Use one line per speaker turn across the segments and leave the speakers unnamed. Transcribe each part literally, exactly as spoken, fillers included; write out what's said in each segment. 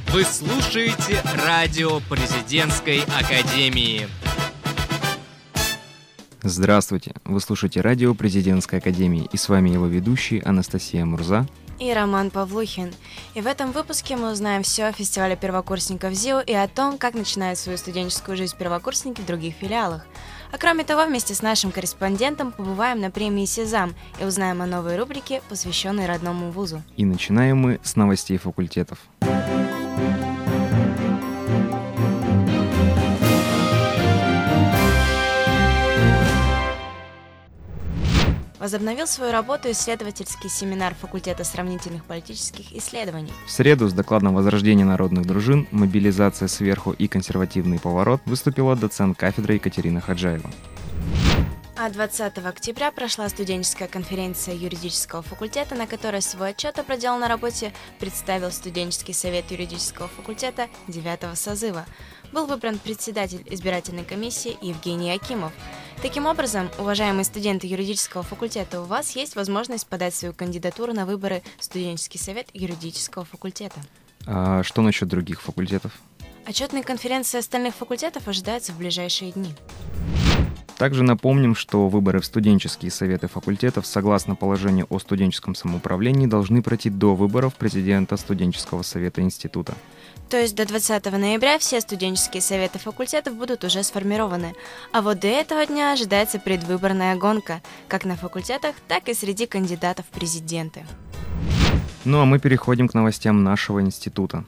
Вы слушаете радио Президентской академии.
Здравствуйте! Вы слушаете радио Президентской академии, и с вами его ведущие Анастасия Мурза
и Роман Павлухин. И в этом выпуске мы узнаем все о фестивале первокурсников ЗИУ и о том, как начинают свою студенческую жизнь первокурсники в других филиалах. А кроме того, вместе с нашим корреспондентом побываем на премии «Сезам» и узнаем о новой рубрике, посвященной родному вузу.
И начинаем мы с новостей факультетов.
Возобновил свою работу исследовательский семинар факультета сравнительных политических исследований.
В среду с докладом «Возрождение народных дружин. Мобилизация сверху и консервативный поворот» выступила доцент кафедры Екатерина Хаджаева.
А двадцатого октября прошла студенческая конференция юридического факультета, на которой свой отчет о проделанной работе представил студенческий совет юридического факультета девятого созыва. Был выбран председатель избирательной комиссии Евгений Акимов. Таким образом, уважаемые студенты юридического факультета, у вас есть возможность подать свою кандидатуру на выборы в студенческий совет юридического факультета.
А что насчет других факультетов?
Отчетные конференции остальных факультетов ожидаются в ближайшие дни.
Также напомним, что выборы в студенческие советы факультетов согласно положению о студенческом самоуправлении должны пройти до выборов президента студенческого совета института.
То есть до двадцатого ноября все студенческие советы факультетов будут уже сформированы. А вот до этого дня ожидается предвыборная гонка, как на факультетах, так и среди кандидатов в президенты.
Ну а мы переходим к новостям нашего института.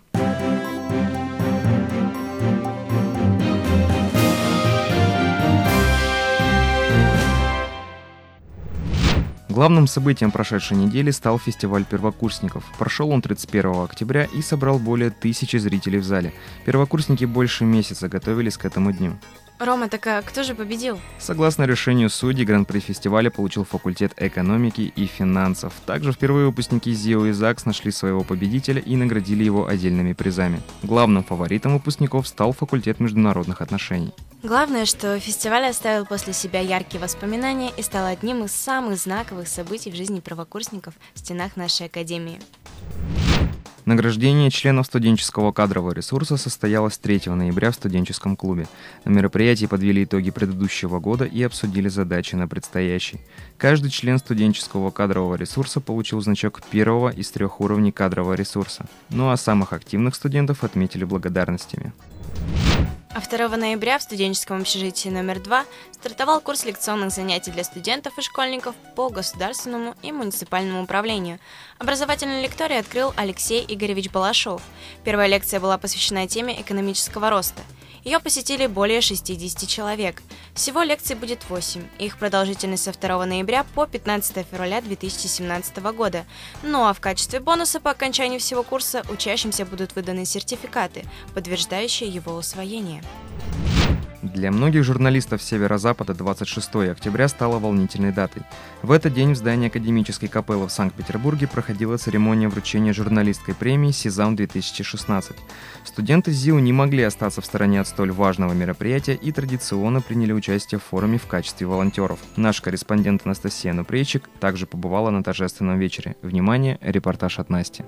Главным событием прошедшей недели стал фестиваль первокурсников. Прошел он тридцать первого октября и собрал более тысячи зрителей в зале. Первокурсники больше месяца готовились к этому дню.
Рома, так а кто же победил?
Согласно решению судей, гран-при фестиваля получил факультет экономики и финансов. Также впервые выпускники ЗИУ и ЗАГС нашли своего победителя и наградили его отдельными призами. Главным фаворитом выпускников стал факультет международных отношений.
Главное, что фестиваль оставил после себя яркие воспоминания и стал одним из самых знаковых событий в жизни первокурсников в стенах нашей академии.
Награждение членов студенческого кадрового ресурса состоялось третьего ноября в студенческом клубе. На мероприятии подвели итоги предыдущего года и обсудили задачи на предстоящий. Каждый член студенческого кадрового ресурса получил значок первого из трех уровней кадрового ресурса. Ну а самых активных студентов отметили благодарностями.
А второго ноября в студенческом общежитии номер два стартовал курс лекционных занятий для студентов и школьников по государственному и муниципальному управлению. Образовательный лекторий открыл Алексей Игоревич Балашов. Первая лекция была посвящена теме экономического роста. Ее посетили более шестьдесят человек. Всего лекций будет восемь. Их продолжительность со второго ноября по пятнадцатого февраля две тысячи семнадцатого года. Ну а в качестве бонуса по окончанию всего курса учащимся будут выданы сертификаты, подтверждающие его усвоение.
Для многих журналистов Северо-Запада двадцать шестого октября стало волнительной датой. В этот день в здании академической капеллы в Санкт-Петербурге проходила церемония вручения журналистской премии «Сезам-две тысячи шестнадцать». Студенты ЗИУ не могли остаться в стороне от столь важного мероприятия и традиционно приняли участие в форуме в качестве волонтеров. Наш корреспондент Анастасия Нупрейчик также побывала на торжественном вечере. Внимание, репортаж от Насти.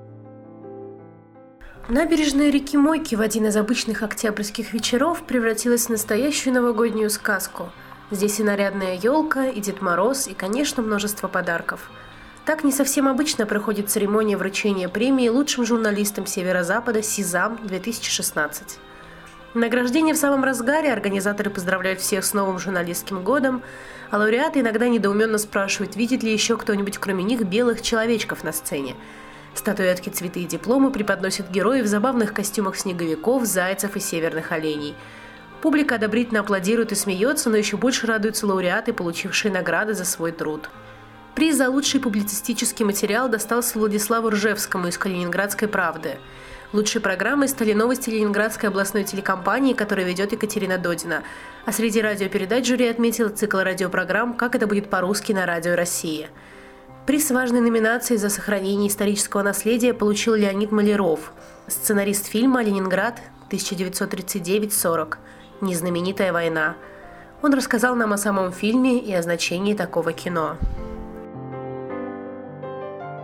Набережная реки Мойки в один из обычных октябрьских вечеров превратилась в настоящую новогоднюю сказку. Здесь и нарядная елка, и Дед Мороз, и, конечно, множество подарков. Так не совсем обычно проходит церемония вручения премии лучшим журналистам Северо-Запада «Сезам-две тысячи шестнадцать». Награждение в самом разгаре, организаторы поздравляют всех с новым журналистским годом, а лауреаты иногда недоуменно спрашивают, видит ли еще кто-нибудь кроме них белых человечков на сцене. Статуэтки, цветы и дипломы преподносят герои в забавных костюмах снеговиков, зайцев и северных оленей. Публика одобрительно аплодирует и смеется, но еще больше радуются лауреаты, получившие награды за свой труд. Приз за лучший публицистический материал достался Владиславу Ржевскому из «Калининградской правды». Лучшей программой стали новости Ленинградской областной телекомпании, которую ведет Екатерина Додина. А среди радиопередач жюри отметило цикл радиопрограмм «Как это будет по-русски» на Радио Россия. Приз важной номинации за сохранение исторического наследия получил Леонид Маляров, сценарист фильма «Ленинград тысяча девятьсот тридцать девять сорок. Незнаменитая война». Он рассказал нам о самом фильме и о значении такого кино.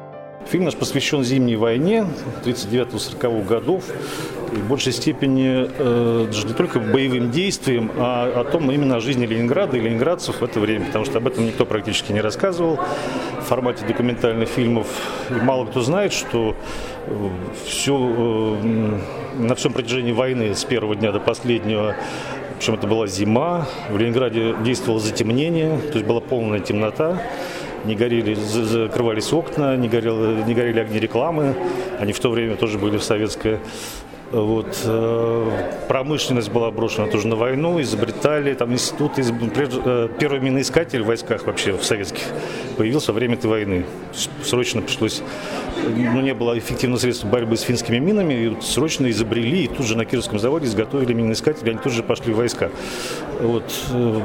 Фильм наш посвящен Зимней войне тридцать девятого сороковых годов. И в большей степени э, даже не только боевым действиям, а о том именно о жизни Ленинграда и ленинградцев в это время, потому что об этом никто практически не рассказывал в формате документальных фильмов. И мало кто знает, что э, все, э, на всем протяжении войны с первого дня до последнего, причем это была зима, в Ленинграде действовало затемнение, то есть была полная темнота. Не горели, закрывались окна, не горели, не горели огни рекламы. Они в то время тоже были в советское. Вот, э, промышленность была брошена тоже на войну, изобретали, там институты, э, первый миноискатель в войсках вообще в советских появился во время этой войны. Срочно пришлось, ну, не было эффективного средства борьбы с финскими минами, и вот срочно изобрели, и тут же на Кировском заводе изготовили миноискатели, они тут же пошли в войска. Вот, э,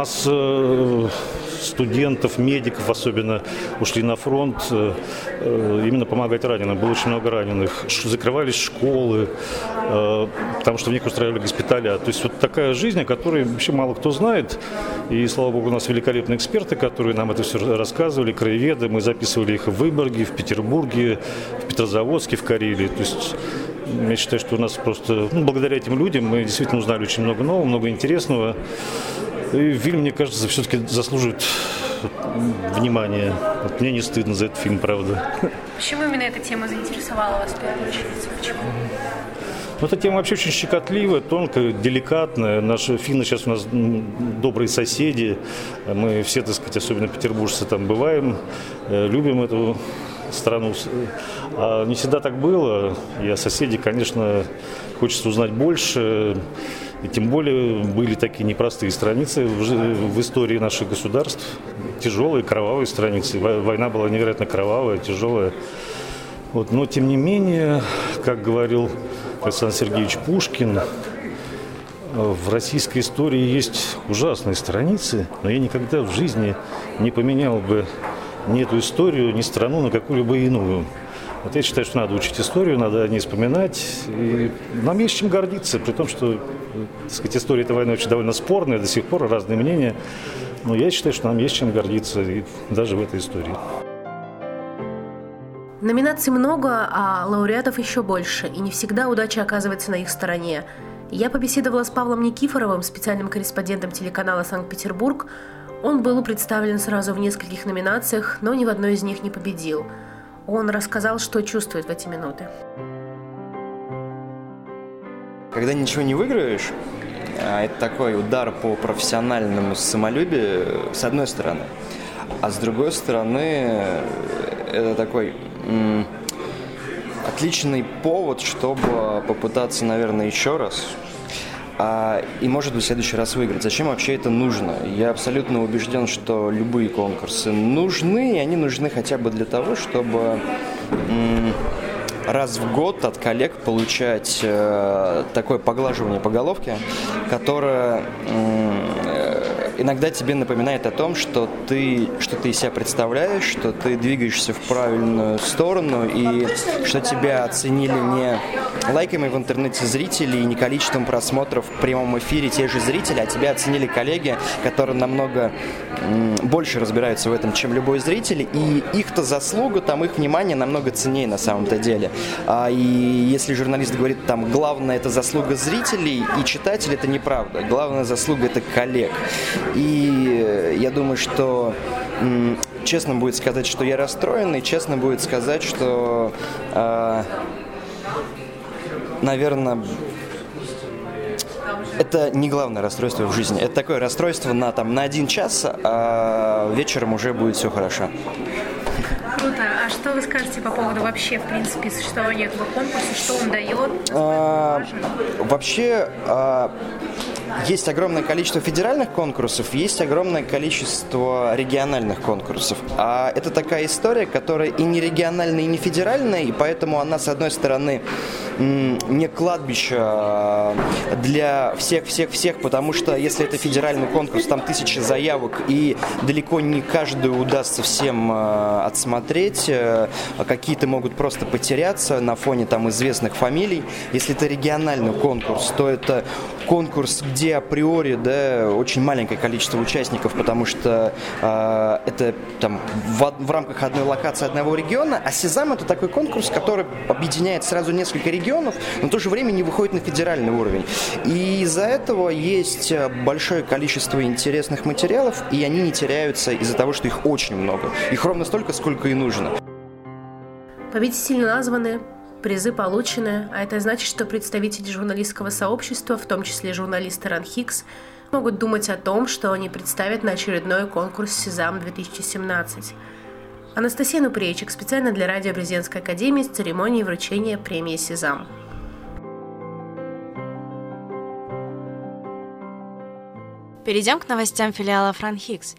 масса студентов, медиков особенно ушли на фронт э, именно помогать раненым. Было очень много раненых. Ш- закрывались школы, э, потому что в них устраивали госпиталя. То есть вот такая жизнь, о которой вообще мало кто знает. И, слава богу, у нас великолепные эксперты, которые нам это все рассказывали, краеведы. Мы записывали их в Выборге, в Петербурге, в Петрозаводске, в Карелии. То есть я считаю, что у нас просто, ну, благодаря этим людям мы действительно узнали очень много нового, много интересного. И фильм, мне кажется, все-таки заслуживает внимания. Вот мне не стыдно за этот фильм, правда.
Почему именно эта тема заинтересовала вас в первую очередь? Почему?
Ну, эта тема вообще очень щекотливая, тонкая, деликатная. Наши финны сейчас у нас добрые соседи. Мы все, так сказать, особенно петербуржцы, там бываем, любим эту страну. А не всегда так было. И о соседях, конечно, хочется узнать больше. И тем более были такие непростые страницы в, в истории наших государств. Тяжелые, кровавые страницы. Война была невероятно кровавая, тяжелая. Вот. Но тем не менее, как говорил Александр Сергеевич Пушкин, в российской истории есть ужасные страницы, но я никогда в жизни не поменял бы ни эту историю, ни страну на какую-либо иную. Вот я считаю, что надо учить историю, надо о ней вспоминать. И нам есть чем гордиться, при том, что, так сказать, история этой войны очень довольно спорная, до сих пор разные мнения. Но я считаю, что нам есть чем гордиться и даже в этой истории.
Номинаций много, а лауреатов еще больше, и не всегда удача оказывается на их стороне. Я побеседовала с Павлом Никифоровым, специальным корреспондентом телеканала «Санкт-Петербург». Он был представлен сразу в нескольких номинациях, но ни в одной из них не победил. Он рассказал, что чувствует в эти минуты.
Когда ничего не выиграешь, это такой удар по профессиональному самолюбию, с одной стороны. А с другой стороны, это такой м- отличный повод, чтобы попытаться, наверное, еще раз. А, и, может быть, в следующий раз выиграть. Зачем вообще это нужно? Я абсолютно убежден, что любые конкурсы нужны, и они нужны хотя бы для того, чтобы м- раз в год от коллег получать э, такое поглаживание по головке, которое э, иногда тебе напоминает о том, что ты, что ты из себя представляешь, что ты двигаешься в правильную сторону, и что тебя оценили не лайками в интернете зрителей, не количеством просмотров в прямом эфире те же зрители, а тебя оценили коллеги, которые намного м, больше разбираются в этом, чем любой зритель, и их-то заслуга, там их внимание намного ценнее на самом-то деле. А, и если журналист говорит, там, главное это заслуга зрителей и читателей, это неправда. Главная заслуга это коллег. И я думаю, что м, честно будет сказать, что я расстроен, и честно будет сказать, что, э, наверное, это не главное расстройство в жизни. Это такое расстройство на, там, на один час, а вечером уже будет все хорошо.
Круто. А что вы скажете по поводу вообще, в принципе, существования этого конкурса? Что он дает?
А, вообще, а, есть огромное количество федеральных конкурсов, есть огромное количество региональных конкурсов. А это такая история, которая и не региональная, и не федеральная, и поэтому она, с одной стороны, не кладбище для всех-всех-всех, потому что если это федеральный конкурс, там тысячи заявок, и далеко не каждую удастся всем отсмотреть, какие-то могут просто потеряться на фоне там известных фамилий. Если это региональный конкурс, то это конкурс, где где априори, да, очень маленькое количество участников, потому что э, это там в, в рамках одной локации одного региона, а Сезам — это такой конкурс, который объединяет сразу несколько регионов, но в то же время не выходит на федеральный уровень. И из-за этого есть большое количество интересных материалов, и они не теряются из-за того, что их очень много. Их ровно столько, сколько и нужно.
Победители названы, призы получены, а это значит, что представители журналистского сообщества, в том числе журналисты РАНХИКС, могут думать о том, что они представят на очередной конкурс «Сезам-две тысячи семнадцать». Анастасия Нупрейчик специально для радио Президентской академии с церемонией вручения премии «Сезам».
Перейдем к новостям филиалов РАНХИКС.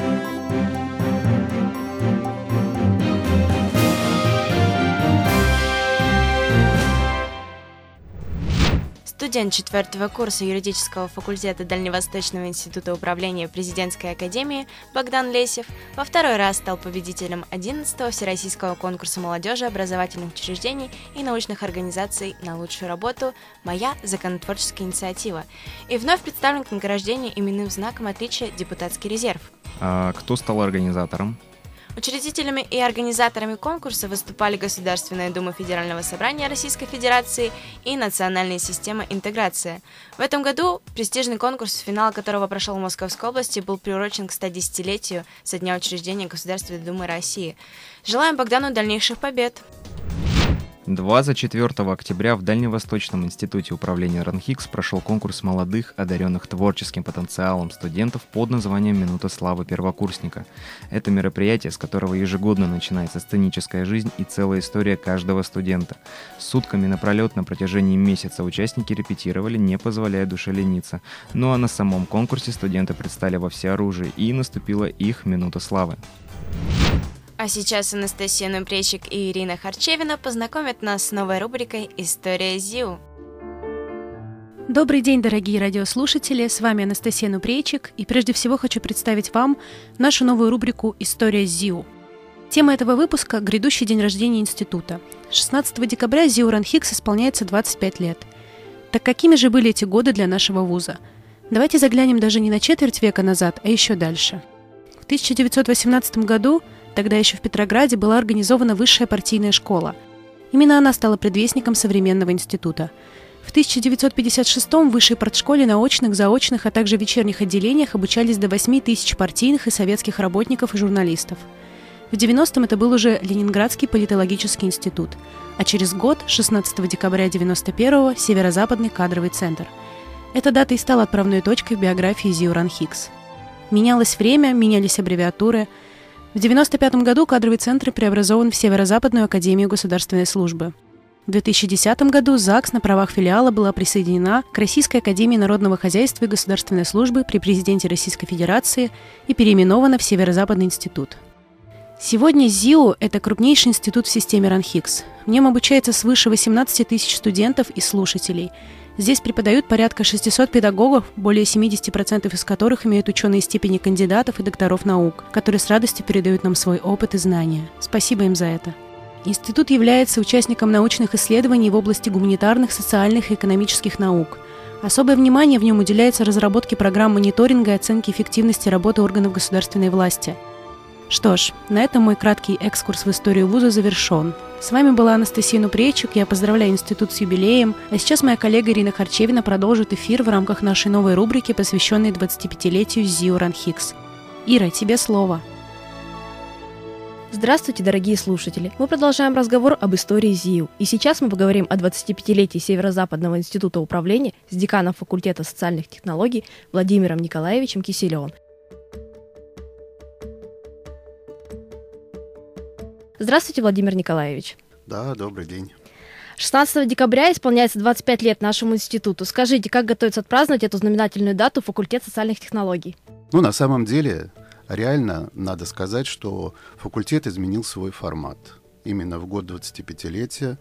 Студент четвертого курса юридического факультета Дальневосточного института управления Президентской академии Богдан Лесев во второй раз стал победителем одиннадцатого Всероссийского конкурса молодежи, образовательных учреждений и научных организаций на лучшую работу «Моя законотворческая инициатива» и вновь представлен к награждению именным знаком отличия «Депутатский резерв».
А кто стал организатором?
Учредителями и организаторами конкурса выступали Государственная Дума Федерального собрания Российской Федерации и Национальная система интеграция. В этом году престижный конкурс, финал которого прошел в Московской области, был приурочен к стодесятилетию со дня учреждения Государственной Думы России. Желаем Богдану дальнейших побед!
двадцать четвёртого октября в Дальневосточном институте управления РАНХИКС прошел конкурс молодых, одаренных творческим потенциалом студентов под названием «Минута славы первокурсника». Это мероприятие, с которого ежегодно начинается сценическая жизнь и целая история каждого студента. Сутками напролет на протяжении месяца участники репетировали, не позволяя душе лениться. Ну а на самом конкурсе студенты предстали во всеоружии, и наступила их минута славы.
А сейчас Анастасия Нупрейчик и Ирина Харчевина познакомят нас с новой рубрикой «История ЗИУ».
Добрый день, дорогие радиослушатели, с вами Анастасия Нупрейчик, и прежде всего хочу представить вам нашу новую рубрику «История ЗИУ». Тема этого выпуска – грядущий день рождения института. шестнадцатого декабря ЗИУ РАНХИКС исполняется двадцать пять лет. Так какими же были эти годы для нашего вуза? Давайте заглянем даже не на четверть века назад, а еще дальше. В тысяча девятьсот восемнадцатом году, тогда еще в Петрограде, была организована высшая партийная школа. Именно она стала предвестником современного института. В тысяча девятьсот пятьдесят шестом в высшей партшколе на очных, заочных, а также вечерних отделениях обучались до восьми тысяч партийных и советских работников и журналистов. В девяностом это был уже Ленинградский политологический институт, а через год, шестнадцатого декабря девяносто первого, Северо-Западный кадровый центр. Эта дата и стала отправной точкой в биографии ЗИУ РАНХИКС. Менялось время, менялись аббревиатуры. В девяносто пятом году кадровый центр преобразован в Северо-Западную академию государственной службы. В две тысячи десятом году ЗАГС на правах филиала была присоединена к Российской академии народного хозяйства и государственной службы при президенте Российской Федерации и переименована в Северо-Западный институт. Сегодня ЗИУ – это крупнейший институт в системе РАНХИКС. В нем обучается свыше восемнадцати тысяч студентов и слушателей. Здесь преподают порядка шестисот педагогов, более семидесяти процентов из которых имеют ученые степени кандидатов и докторов наук, которые с радостью передают нам свой опыт и знания. Спасибо им за это. Институт является участником научных исследований в области гуманитарных, социальных и экономических наук. Особое внимание в нем уделяется разработке программ мониторинга и оценки эффективности работы органов государственной власти. Что ж, на этом мой краткий экскурс в историю вуза завершен. С вами была Анастасия Нупрейчик, я поздравляю институт с юбилеем, а сейчас моя коллега Ирина Харчевина продолжит эфир в рамках нашей новой рубрики, посвященной двадцатипятилетию ЗИУ РАНХИКС. Ира, тебе слово.
Здравствуйте, дорогие слушатели! Мы продолжаем разговор об истории ЗИУ. И сейчас мы поговорим о двадцатипятилетии Северо-Западного института управления с деканом факультета социальных технологий Владимиром Николаевичем Киселевым. Здравствуйте, Владимир Николаевич.
Да, добрый день.
шестнадцатого декабря исполняется двадцать пять лет нашему институту. Скажите, как готовится отпраздновать эту знаменательную дату факультет социальных технологий?
Ну, на самом деле, реально надо сказать, что факультет изменил свой формат. Именно в год двадцатипятилетия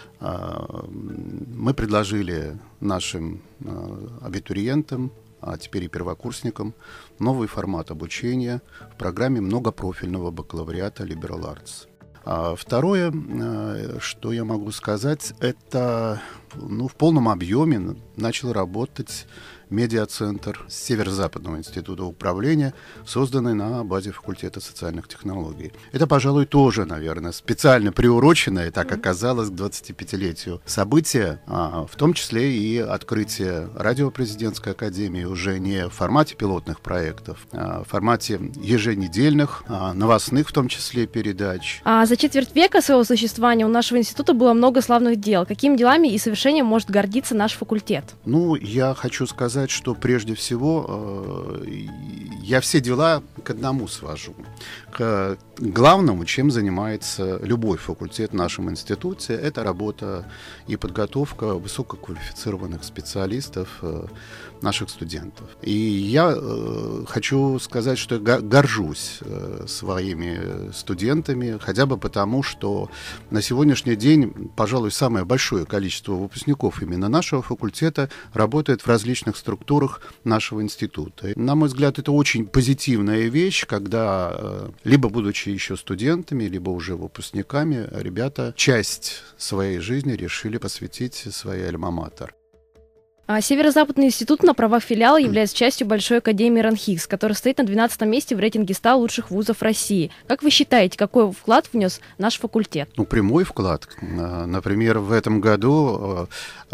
мы предложили нашим абитуриентам, а теперь и первокурсникам, новый формат обучения в программе многопрофильного бакалавриата Liberal Arts. А второе, что я могу сказать, это ну, в полном объеме начал работать медиацентр Северо-Западного института управления, созданный на базе факультета социальных технологий. Это, пожалуй, тоже, наверное, специально приуроченное, так оказалось, к двадцатипятилетию событие, а, в том числе и открытие радиопрезидентской академии уже не в формате пилотных проектов, а в формате еженедельных, а, новостных в том числе передач.
А за четверть века своего существования у нашего института было много славных дел. Какими делами и совершением может гордиться наш факультет?
Ну, я хочу сказать, что прежде всего э, я все дела к одному свожу. К главному, чем занимается любой факультет в нашем институте, это работа и подготовка высококвалифицированных специалистов, э, наших студентов. И я э, хочу сказать, что я горжусь э, своими студентами, хотя бы потому, что на сегодняшний день, пожалуй, самое большое количество выпускников именно нашего факультета работает в различных структурах нашего института. И, на мой взгляд, это очень позитивная вещь, когда, э, либо будучи еще студентами, либо уже выпускниками, ребята часть своей жизни решили посвятить своей альма-матер.
А Северо-Западный институт на правах филиала является частью Большой академии РАНХИКС, которая стоит на двенадцатом месте в рейтинге ста лучших вузов России. Как вы считаете, какой вклад внес наш факультет?
Ну, прямой вклад. Например, в этом году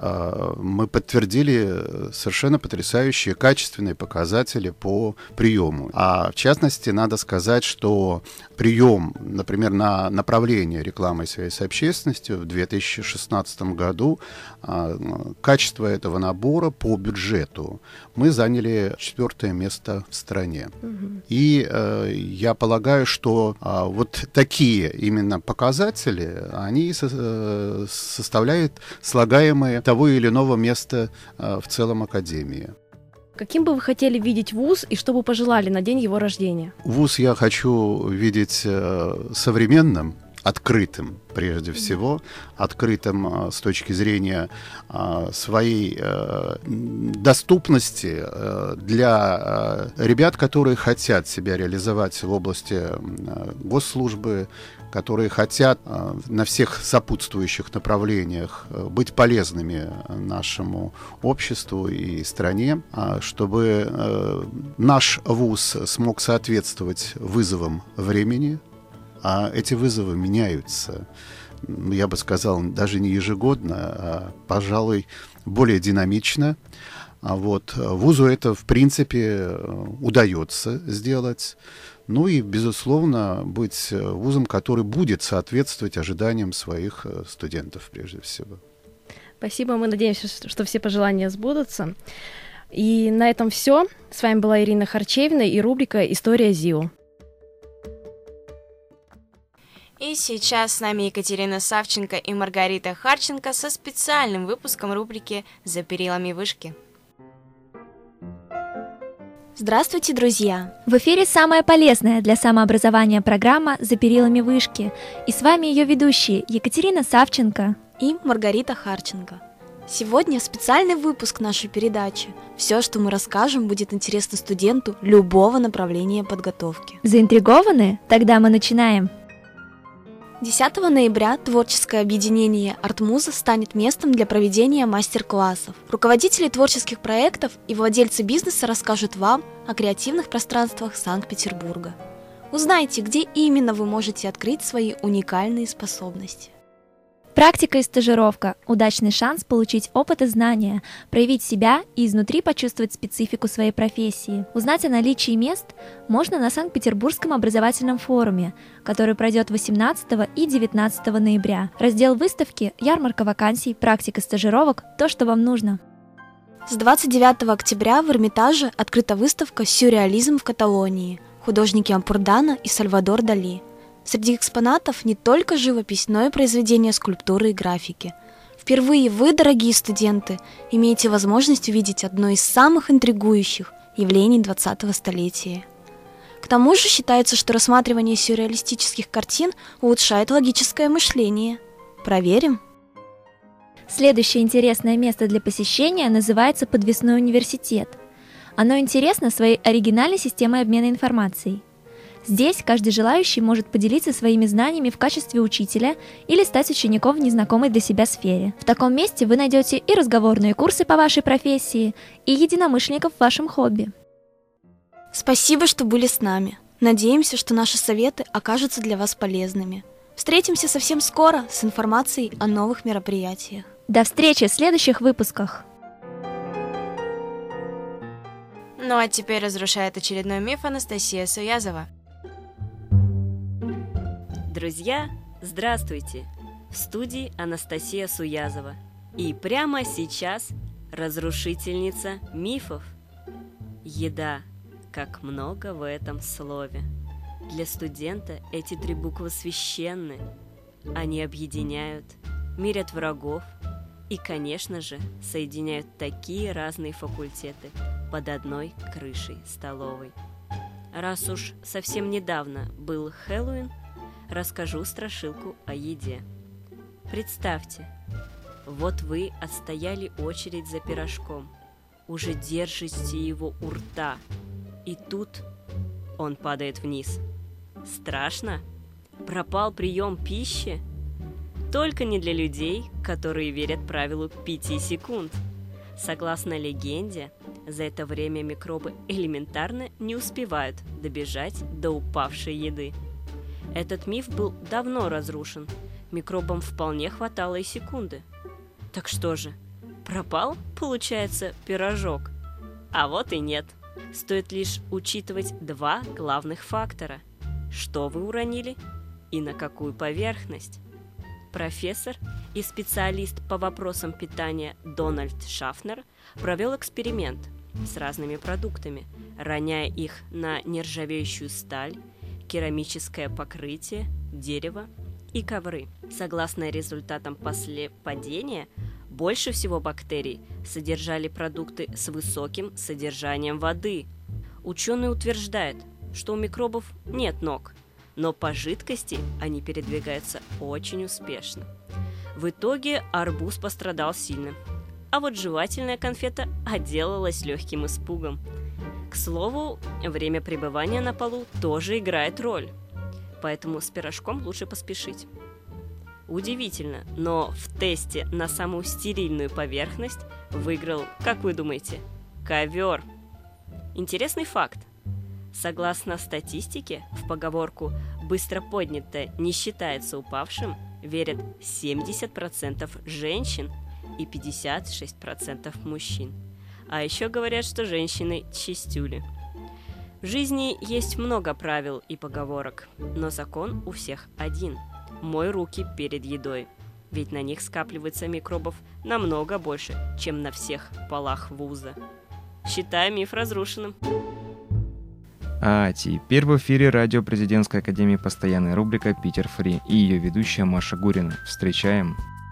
мы подтвердили совершенно потрясающие качественные показатели по приему. А в частности, надо сказать, что прием, например, на направление рекламы и связи с общественностью в две тысячи шестнадцатом году, качество этого набора по бюджету мы заняли четвертое место в стране. Угу. И э, я полагаю, что э, вот такие именно показатели, они со- составляют слагаемые того или иного места э, в целом академии.
Каким бы вы хотели видеть вуз и что бы пожелали на день его рождения?
Вуз я хочу видеть э, современным, открытым, прежде всего, открытым с точки зрения своей доступности для ребят, которые хотят себя реализовать в области госслужбы, которые хотят на всех сопутствующих направлениях быть полезными нашему обществу и стране, чтобы наш вуз смог соответствовать вызовам времени. А эти вызовы меняются, я бы сказал, даже не ежегодно, а, пожалуй, более динамично. А вот вузу это, в принципе, удается сделать. Ну и, безусловно, быть вузом, который будет соответствовать ожиданиям своих студентов, прежде всего.
Спасибо, мы надеемся, что все пожелания сбудутся. И на этом все. С вами была Ирина Харчевина и рубрика «История ЗИУ».
И сейчас с нами Екатерина Савченко и Маргарита Харченко со специальным выпуском рубрики «За перилами вышки».
Здравствуйте, друзья! В эфире самая полезная для самообразования программа «За перилами вышки». И с вами ее ведущие Екатерина Савченко
и Маргарита Харченко. Сегодня специальный выпуск нашей передачи. Все, что мы расскажем, будет интересно студенту любого направления подготовки.
Заинтригованы? Тогда мы начинаем.
десятого ноября творческое объединение «Артмуза» станет местом для проведения мастер-классов. Руководители творческих проектов и владельцы бизнеса расскажут вам о креативных пространствах Санкт-Петербурга. Узнайте, где именно вы можете открыть свои уникальные способности.
Практика и стажировка – удачный шанс получить опыт и знания, проявить себя и изнутри почувствовать специфику своей профессии. Узнать о наличии мест можно на Санкт-Петербургском образовательном форуме, который пройдет восемнадцатого и девятнадцатого ноября. Раздел выставки «Ярмарка вакансий. Практика стажировок. То, что вам нужно».
С двадцать девятого октября в Эрмитаже открыта выставка «Сюрреализм в Каталонии. Художники Ампурдана и Сальвадор Дали». Среди экспонатов не только живопись, но и произведения скульптуры и графики. Впервые вы, дорогие студенты, имеете возможность увидеть одно из самых интригующих явлений двадцатого столетия. К тому же считается, что рассматривание сюрреалистических картин улучшает логическое мышление. Проверим?
Следующее интересное место для посещения называется Подвесной университет. Оно интересно своей оригинальной системой обмена информацией. Здесь каждый желающий может поделиться своими знаниями в качестве учителя или стать учеником в незнакомой для себя сфере. В таком месте вы найдете и разговорные курсы по вашей профессии, и единомышленников в вашем хобби.
Спасибо, что были с нами. Надеемся, что наши советы окажутся для вас полезными. Встретимся совсем скоро с информацией о новых мероприятиях.
До встречи в следующих выпусках!
Ну а теперь разрушает очередной миф Анастасия Суязова.
Друзья, здравствуйте! В студии Анастасия Суязова. И прямо сейчас разрушительница мифов. Еда. Как много в этом слове. Для студента эти три буквы священны. Они объединяют, мирят врагов и, конечно же, соединяют такие разные факультеты под одной крышей столовой. Раз уж совсем недавно был Хэллоуин, расскажу страшилку о еде. Представьте, вот вы отстояли очередь за пирожком, уже держите его у рта, и тут он падает вниз. Страшно? Пропал прием пищи? Только не для людей, которые верят правилу пяти секунд. Согласно легенде, за это время микробы элементарно не успевают добежать до упавшей еды. Этот миф был давно разрушен. Микробам вполне хватало и секунды. Так что же, пропал, получается, пирожок? А вот и нет. Стоит лишь учитывать два главных фактора. Что вы уронили и на какую поверхность. Профессор и специалист по вопросам питания Дональд Шафнер провел эксперимент с разными продуктами, роняя их на нержавеющую сталь, керамическое покрытие, дерево и ковры. Согласно результатам после падения, больше всего бактерий содержали продукты с высоким содержанием воды. Ученые утверждают, что у микробов нет ног, но по жидкости они передвигаются очень успешно. В итоге арбуз пострадал сильно, а вот жевательная конфета отделалась легким испугом. К слову, время пребывания на полу тоже играет роль, поэтому с пирожком лучше поспешить. Удивительно, но в тесте на самую стерильную поверхность выиграл, как вы думаете, ковер. Интересный факт. Согласно статистике, в поговорку «быстро поднятое не считается упавшим» верят семьдесят процентов женщин и пятьдесят шесть процентов мужчин. А еще говорят, что женщины чистюли. В жизни есть много правил и поговорок, но закон у всех один – мой руки перед едой, ведь на них скапливается микробов намного больше, чем на всех полах вуза. Считаю миф разрушенным.
А теперь в эфире радио Президентской академии постоянная рубрика «Питер Фри» и ее ведущая Маша Гурина. Встречаем!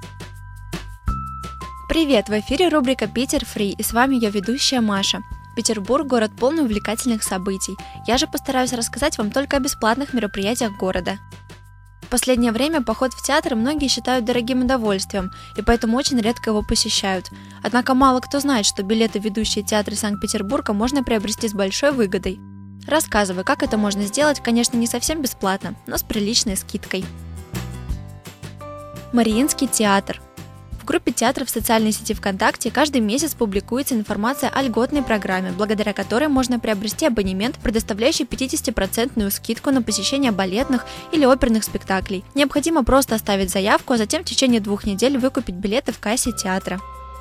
Привет! В эфире рубрика «Питер Фри» и с вами ее ведущая Маша. Петербург – город полный увлекательных событий. Я же постараюсь рассказать вам только о бесплатных мероприятиях города. В последнее время поход в театр многие считают дорогим удовольствием, и поэтому очень редко его посещают. Однако мало кто знает, что билеты в ведущие театры Санкт-Петербурга можно приобрести с большой выгодой. Рассказываю, как это можно сделать, конечно, не совсем бесплатно, но с приличной скидкой. Мариинский театр. В группе театров в социальной сети ВКонтакте каждый месяц публикуется информация о льготной программе, благодаря которой можно приобрести абонемент, предоставляющий пятидесятипроцентную скидку на посещение балетных или оперных спектаклей. Необходимо просто оставить заявку, а затем в течение двух недель выкупить билеты в кассе театра.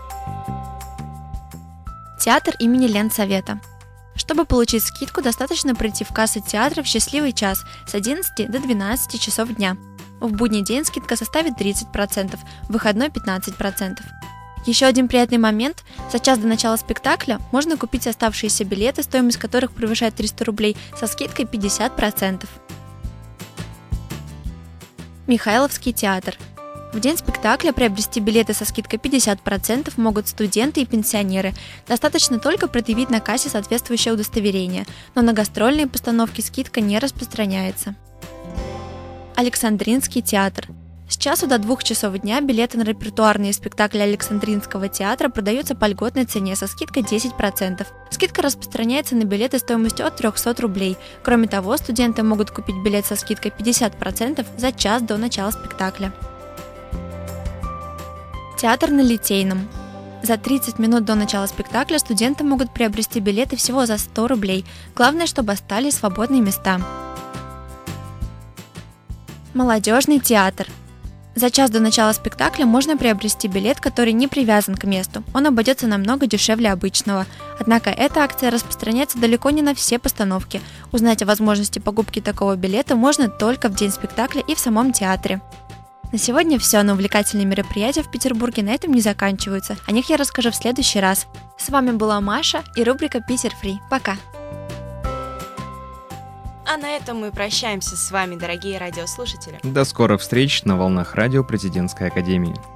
Театр имени Ленсовета. Чтобы получить скидку, достаточно прийти в кассу театра в счастливый час с одиннадцати до двенадцати часов дня. В будний день скидка составит тридцать процентов, в выходной пятнадцать процентов. Еще один приятный момент – за час до начала спектакля можно купить оставшиеся билеты, стоимость которых превышает триста рублей, со скидкой пятьдесят процентов. Михайловский театр. В день спектакля приобрести билеты со скидкой пятьдесят процентов могут студенты и пенсионеры. Достаточно только предъявить на кассе соответствующее удостоверение, но на гастрольные постановки скидка не распространяется. Александринский театр. С часу до двух часов дня билеты на репертуарные спектакли Александринского театра продаются по льготной цене со скидкой десять процентов. Скидка распространяется на билеты стоимостью от триста рублей. Кроме того, студенты могут купить билет со скидкой пятьдесят процентов за час до начала спектакля. Театр на Литейном. За тридцать минут до начала спектакля студенты могут приобрести билеты всего за сто рублей. Главное, чтобы остались свободные места. Молодежный театр. За час до начала спектакля можно приобрести билет, который не привязан к месту. Он обойдется намного дешевле обычного. Однако эта акция распространяется далеко не на все постановки. Узнать о возможности покупки такого билета можно только в день спектакля и в самом театре. На сегодня все, но увлекательные мероприятия в Петербурге на этом не заканчиваются. О них я расскажу в следующий раз. С вами была Маша и рубрика «Питер Фри». Пока!
А на этом мы прощаемся с вами, дорогие радиослушатели.
До скорых встреч на волнах радио Президентской академии.